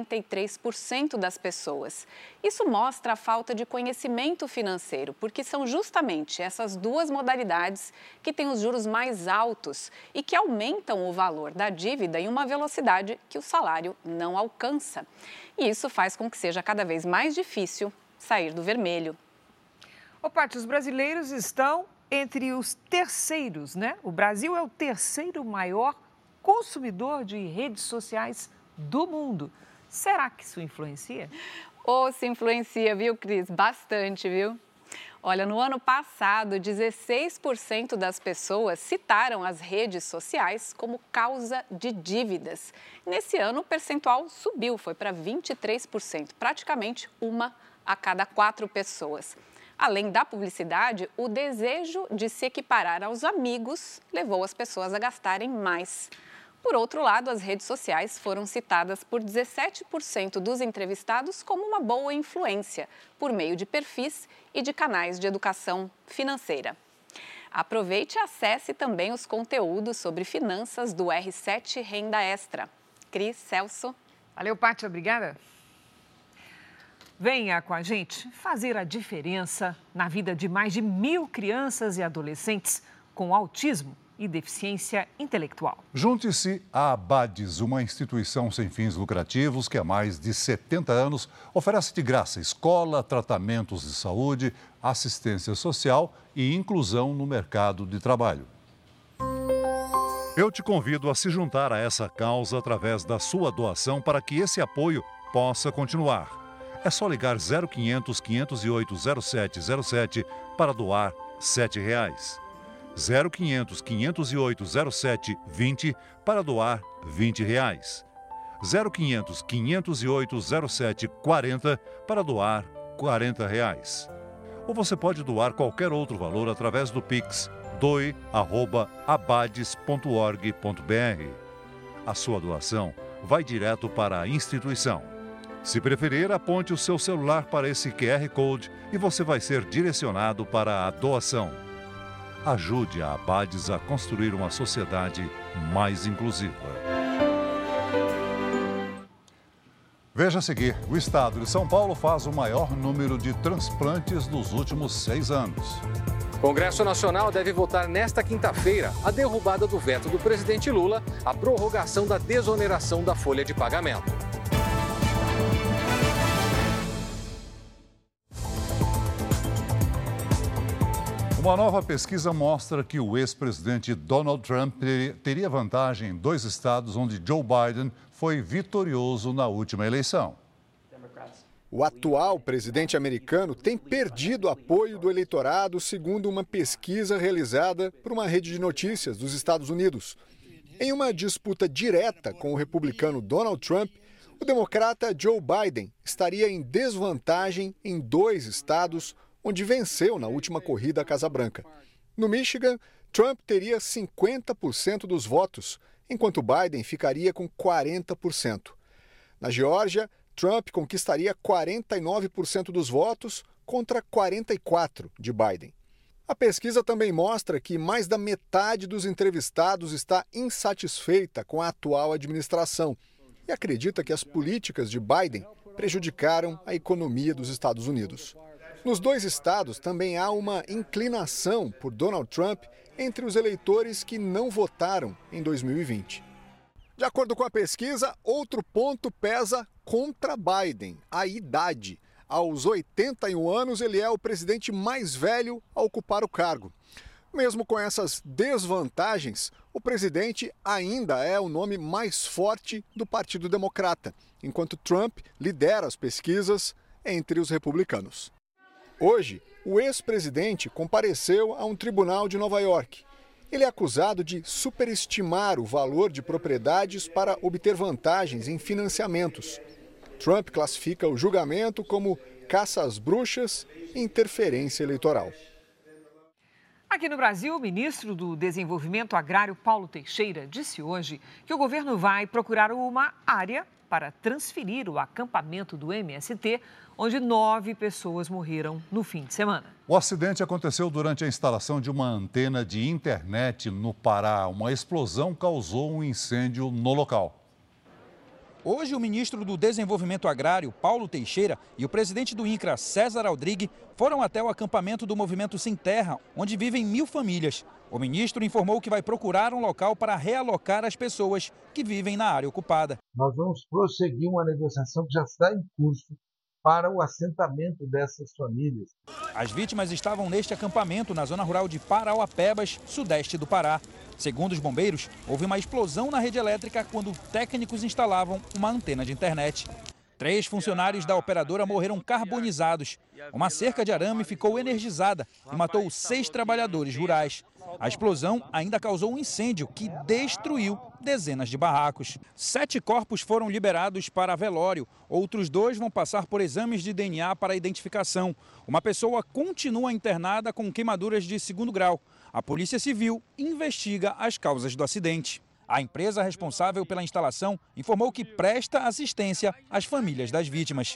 43% das pessoas. Isso mostra a falta de conhecimento financeiro, porque são justamente essas duas modalidades que têm os juros mais altos e que aumentam o valor da dívida em uma velocidade que o salário não alcança. E isso faz com que seja cada vez mais difícil sair do vermelho. Ô, Paty, os brasileiros estão entre os terceiros, né? O Brasil é o terceiro maior consumidor de redes sociais do mundo. Será que isso influencia? Se influencia, viu, Cris? Bastante, viu? Olha, no ano passado, 16% das pessoas citaram as redes sociais como causa de dívidas. Nesse ano, o percentual subiu, foi para 23%, praticamente 1 a cada 4 pessoas. Além da publicidade, o desejo de se equiparar aos amigos levou as pessoas a gastarem mais. Por outro lado, as redes sociais foram citadas por 17% dos entrevistados como uma boa influência, por meio de perfis e de canais de educação financeira. Aproveite e acesse também os conteúdos sobre finanças do R7 Renda Extra. Cris, Celso. Valeu, Paty, obrigada. Venha com a gente fazer a diferença na vida de mais de 1.000 crianças e adolescentes com autismo e deficiência intelectual. Junte-se à Abades, uma instituição sem fins lucrativos que há mais de 70 anos oferece de graça escola, tratamentos de saúde, assistência social e inclusão no mercado de trabalho. Eu te convido a se juntar a essa causa através da sua doação para que esse apoio possa continuar. É só ligar 0500 508 0707 para doar R$ 7. 0500 508 0720 para doar R$ 20. 0500 508 0740 para doar R$ 40. Ou você pode doar qualquer outro valor através do Pix doe@abades.org.br. A sua doação vai direto para a instituição. Se preferir, aponte o seu celular para esse QR Code e você vai ser direcionado para a doação. Ajude a Abades a construir uma sociedade mais inclusiva. Veja a seguir, o estado de São Paulo faz o maior número de transplantes dos últimos 6 anos. O Congresso Nacional deve votar nesta quinta-feira a derrubada do veto do presidente Lula, a prorrogação da desoneração da folha de pagamento. Uma nova pesquisa mostra que o ex-presidente Donald Trump teria vantagem em 2 estados onde Joe Biden foi vitorioso na última eleição. O atual presidente americano tem perdido apoio do eleitorado, segundo uma pesquisa realizada por uma rede de notícias dos Estados Unidos. Em uma disputa direta com o republicano Donald Trump, o democrata Joe Biden estaria em desvantagem em 2 estados onde venceu na última corrida à Casa Branca. No Michigan, Trump teria 50% dos votos, enquanto Biden ficaria com 40%. Na Geórgia, Trump conquistaria 49% dos votos contra 44% de Biden. A pesquisa também mostra que mais da metade dos entrevistados está insatisfeita com a atual administração e acredita que as políticas de Biden prejudicaram a economia dos Estados Unidos. Nos 2 estados também há uma inclinação por Donald Trump entre os eleitores que não votaram em 2020. De acordo com a pesquisa, outro ponto pesa contra Biden, a idade. Aos 81 anos, ele é o presidente mais velho a ocupar o cargo. Mesmo com essas desvantagens, o presidente ainda é o nome mais forte do Partido Democrata, enquanto Trump lidera as pesquisas entre os republicanos. Hoje, o ex-presidente compareceu a um tribunal de Nova York. Ele é acusado de superestimar o valor de propriedades para obter vantagens em financiamentos. Trump classifica o julgamento como caça às bruxas e interferência eleitoral. Aqui no Brasil, o ministro do Desenvolvimento Agrário, Paulo Teixeira, disse hoje que o governo vai procurar uma área para transferir o acampamento do MST, onde 9 pessoas morreram no fim de semana. O acidente aconteceu durante a instalação de uma antena de internet no Pará. Uma explosão causou um incêndio no local. Hoje, o ministro do Desenvolvimento Agrário, Paulo Teixeira, e o presidente do INCRA, César Aldrigue, foram até o acampamento do Movimento Sem Terra, onde vivem 1000 famílias. O ministro informou que vai procurar um local para realocar as pessoas que vivem na área ocupada. Nós vamos prosseguir uma negociação que já está em curso para o assentamento dessas famílias. As vítimas estavam neste acampamento na zona rural de Parauapebas, sudeste do Pará. Segundo os bombeiros, houve uma explosão na rede elétrica quando técnicos instalavam uma antena de internet. 3 funcionários da operadora morreram carbonizados. Uma cerca de arame ficou energizada e matou 6 trabalhadores rurais. A explosão ainda causou um incêndio que destruiu dezenas de barracos. 7 corpos foram liberados para velório. Outros 2 vão passar por exames de DNA para identificação. Uma pessoa continua internada com queimaduras de 2º grau. A Polícia Civil investiga as causas do acidente. A empresa responsável pela instalação informou que presta assistência às famílias das vítimas.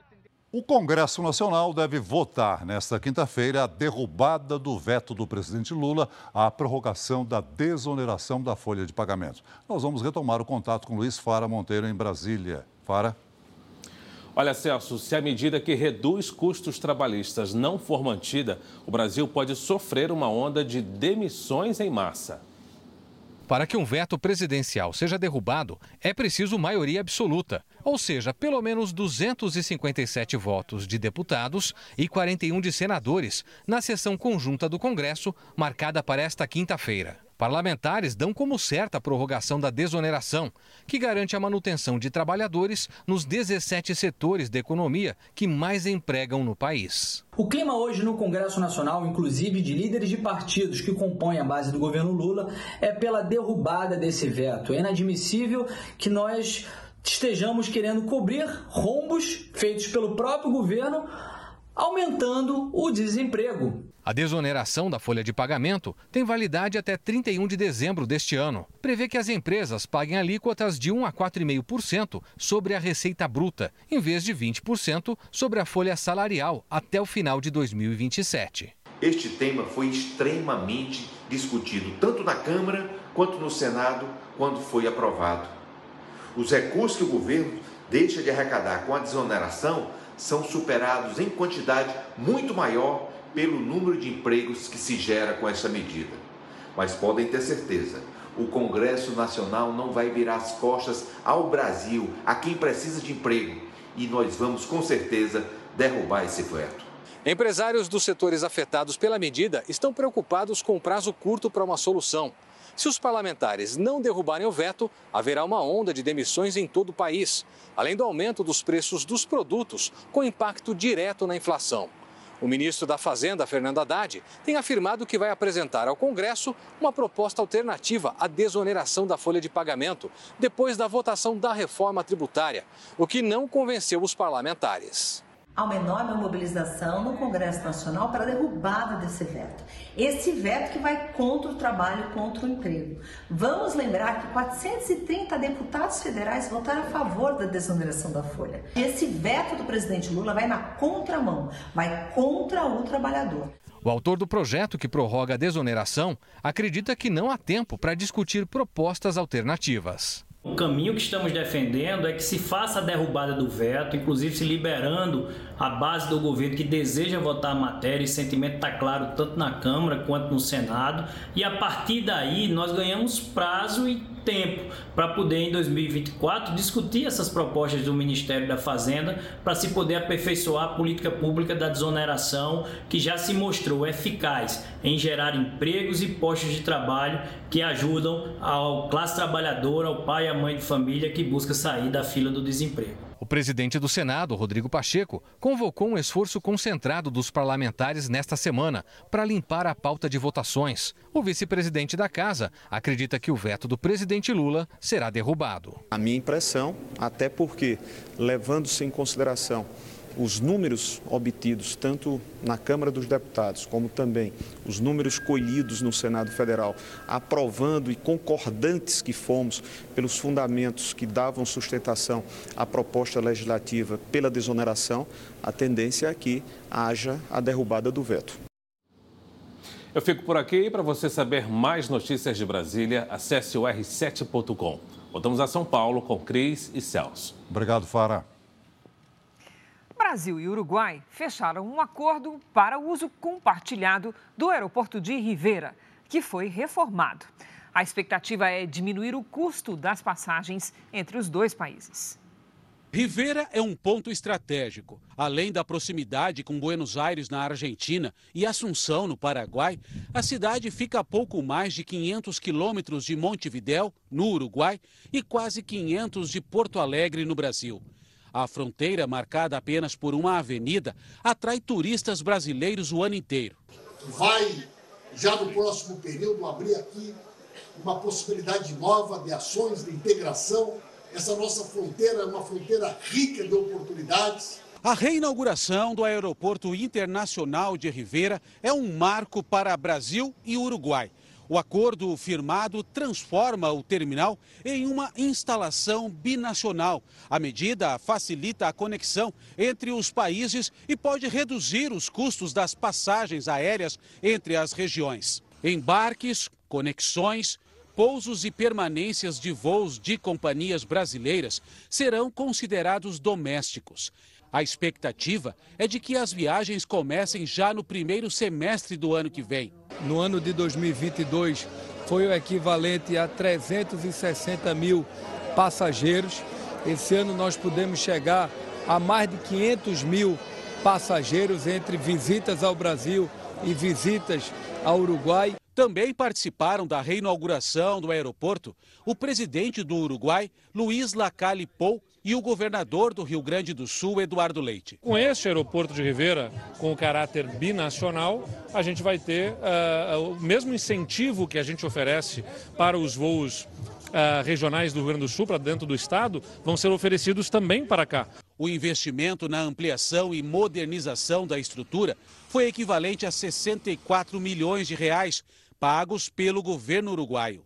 O Congresso Nacional deve votar nesta quinta-feira a derrubada do veto do presidente Lula à prorrogação da desoneração da folha de pagamento. Nós vamos retomar o contato com Luiz Fara Monteiro em Brasília. Fara. Olha, Celso, se a medida que reduz custos trabalhistas não for mantida, o Brasil pode sofrer uma onda de demissões em massa. Para que um veto presidencial seja derrubado, é preciso maioria absoluta, ou seja, pelo menos 257 votos de deputados e 41 de senadores, na sessão conjunta do Congresso, marcada para esta quinta-feira. Parlamentares dão como certa a prorrogação da desoneração, que garante a manutenção de trabalhadores nos 17 setores da economia que mais empregam no país. O clima hoje no Congresso Nacional, inclusive de líderes de partidos que compõem a base do governo Lula, é pela derrubada desse veto. É inadmissível que nós estejamos querendo cobrir rombos feitos pelo próprio governo, aumentando o desemprego. A desoneração da folha de pagamento tem validade até 31 de dezembro deste ano. Prevê que as empresas paguem alíquotas de 1 a 4,5% sobre a receita bruta, em vez de 20% sobre a folha salarial até o final de 2027. Este tema foi extremamente discutido, tanto na Câmara quanto no Senado, quando foi aprovado. Os recursos que o governo deixa de arrecadar com a desoneração são superados em quantidade muito maior pelo número de empregos que se gera com essa medida. Mas podem ter certeza, o Congresso Nacional não vai virar as costas ao Brasil, a quem precisa de emprego, e nós vamos com certeza derrubar esse veto. Empresários dos setores afetados pela medida estão preocupados com o prazo curto para uma solução. Se os parlamentares não derrubarem o veto, haverá uma onda de demissões em todo o país, além do aumento dos preços dos produtos, com impacto direto na inflação. O ministro da Fazenda, Fernando Haddad, tem afirmado que vai apresentar ao Congresso uma proposta alternativa à desoneração da folha de pagamento, depois da votação da reforma tributária, o que não convenceu os parlamentares. Há uma enorme mobilização no Congresso Nacional para a derrubada desse veto. Esse veto que vai contra o trabalho, contra o emprego. Vamos lembrar que 430 deputados federais votaram a favor da desoneração da folha. Esse veto do presidente Lula vai na contramão, vai contra o trabalhador. O autor do projeto que prorroga a desoneração acredita que não há tempo para discutir propostas alternativas. O caminho que estamos defendendo é que se faça a derrubada do veto, inclusive se liberando a base do governo que deseja votar a matéria, e o sentimento está claro tanto na Câmara quanto no Senado, e a partir daí nós ganhamos prazo e tempo para poder em 2024 discutir essas propostas do Ministério da Fazenda para se poder aperfeiçoar a política pública da desoneração, que já se mostrou eficaz em gerar empregos e postos de trabalho que ajudam a classe trabalhadora, ao pai e à mãe de família que busca sair da fila do desemprego. O presidente do Senado, Rodrigo Pacheco, convocou um esforço concentrado dos parlamentares nesta semana para limpar a pauta de votações. O vice-presidente da Casa acredita que o veto do presidente Lula será derrubado. A minha impressão, até porque, levando-se em consideração os números obtidos tanto na Câmara dos Deputados como também os números colhidos no Senado Federal, aprovando e concordantes que fomos pelos fundamentos que davam sustentação à proposta legislativa pela desoneração, a tendência é que haja a derrubada do veto. Eu fico por aqui e para você saber mais notícias de Brasília, acesse o r7.com. Voltamos a São Paulo com Cris e Celso. Obrigado, Fara. Brasil e Uruguai fecharam um acordo para o uso compartilhado do aeroporto de Rivera, que foi reformado. A expectativa é diminuir o custo das passagens entre os dois países. Rivera é um ponto estratégico. Além da proximidade com Buenos Aires, na Argentina, e Assunção, no Paraguai, a cidade fica a pouco mais de 500 quilômetros de Montevidéu, no Uruguai, e quase 500 de Porto Alegre, no Brasil. A fronteira, marcada apenas por uma avenida, atrai turistas brasileiros o ano inteiro. Vai, já no próximo período, abrir aqui uma possibilidade nova de ações de integração. Essa nossa fronteira é uma fronteira rica de oportunidades. A reinauguração do Aeroporto Internacional de Rivera é um marco para Brasil e Uruguai. O acordo firmado transforma o terminal em uma instalação binacional. A medida facilita a conexão entre os países e pode reduzir os custos das passagens aéreas entre as regiões. Embarques, conexões, pousos e permanências de voos de companhias brasileiras serão considerados domésticos. A expectativa é de que as viagens comecem já no primeiro semestre do ano que vem. No ano de 2022, foi o equivalente a 360 mil passageiros. Esse ano nós podemos chegar a mais de 500 mil passageiros entre visitas ao Brasil e visitas ao Uruguai. Também participaram da reinauguração do aeroporto o presidente do Uruguai, Luiz Lacalle Pou, e o governador do Rio Grande do Sul, Eduardo Leite. Com este aeroporto de Rivera, com o caráter binacional, a gente vai ter o mesmo incentivo que a gente oferece para os voos regionais do Rio Grande do Sul, para dentro do estado, vão ser oferecidos também para cá. O investimento na ampliação e modernização da estrutura foi equivalente a 64 milhões de reais, pagos pelo governo uruguaio.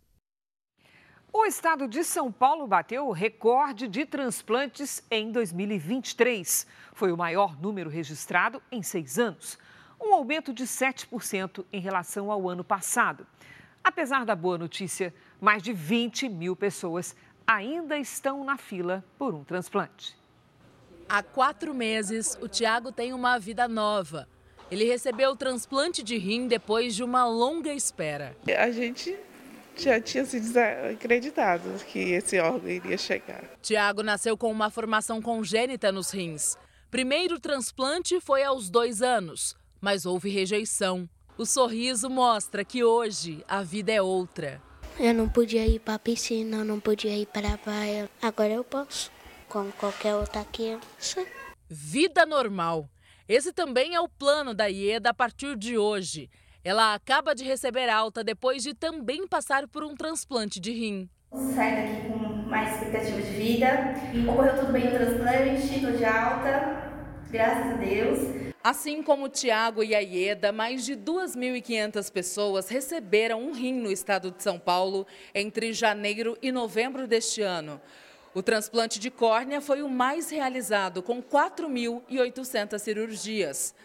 O estado de São Paulo bateu o recorde de transplantes em 2023. Foi o maior número registrado em 6 anos, um aumento de 7% em relação ao ano passado. Apesar da boa notícia, mais de 20 mil pessoas ainda estão na fila por um transplante. Há 4 meses, o Tiago tem uma vida nova. Ele recebeu o transplante de rim depois de uma longa espera. A gente já tinha se desacreditado que esse órgão iria chegar. Tiago nasceu com uma formação congênita nos rins. Primeiro transplante foi aos 2 anos, mas houve rejeição. O sorriso mostra que hoje a vida é outra. Eu não podia ir para a piscina, não podia ir para a praia. Agora eu posso, como qualquer outra criança. Vida normal. Esse também é o plano da Ieda a partir de hoje. Ela acaba de receber alta depois de também passar por um transplante de rim. Saio daqui com mais expectativa de vida. Ocorreu tudo bem no transplante, estou de alta, graças a Deus. Assim como o Tiago e a Ieda, mais de 2.500 pessoas receberam um rim no estado de São Paulo entre janeiro e novembro deste ano. O transplante de córnea foi o mais realizado, com 4.800 cirurgias.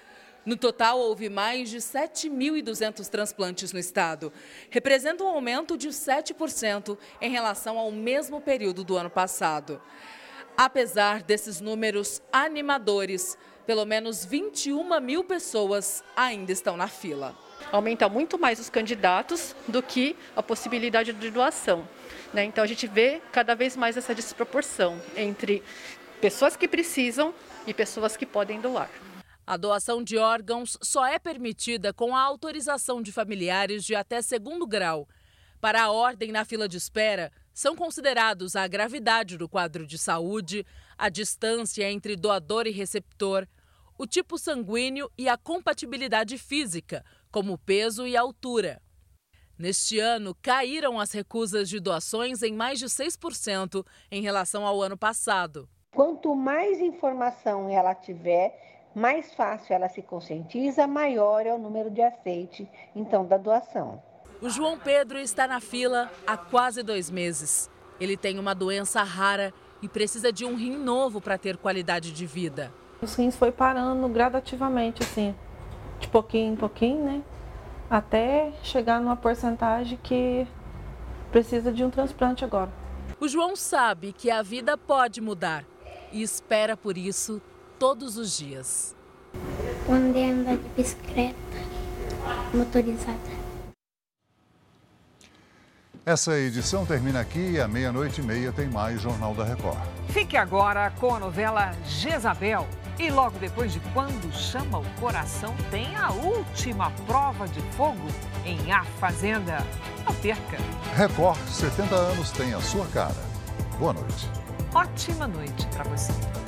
No total, houve mais de 7.200 transplantes no estado. Representa um aumento de 7% em relação ao mesmo período do ano passado. Apesar desses números animadores, pelo menos 21 mil pessoas ainda estão na fila. Aumenta muito mais os candidatos do que a possibilidade de doação, né? Então a gente vê cada vez mais essa desproporção entre pessoas que precisam e pessoas que podem doar. A doação de órgãos só é permitida com a autorização de familiares de até 2º grau. Para a ordem na fila de espera, são considerados a gravidade do quadro de saúde, a distância entre doador e receptor, o tipo sanguíneo e a compatibilidade física, como o peso e a altura. Neste ano, caíram as recusas de doações em mais de 6% em relação ao ano passado. Quanto mais informação ela tiver, mais fácil ela se conscientiza, maior é o número de aceite, então, da doação. O João Pedro está na fila há quase 2 meses. Ele tem uma doença rara e precisa de um rim novo para ter qualidade de vida. Os rins foi parando gradativamente, assim, de pouquinho em pouquinho, né? Até chegar numa porcentagem que precisa de um transplante agora. O João sabe que a vida pode mudar e espera por isso todos os dias. Andei andar de bicicleta motorizada. Essa edição termina aqui e à 00:30 tem mais Jornal da Record. Fique agora com a novela Jezabel. E logo depois de Quando Chama o Coração, tem a última prova de fogo em A Fazenda. Não perca. Record, 70 anos tem a sua cara. Boa noite. Ótima noite para você.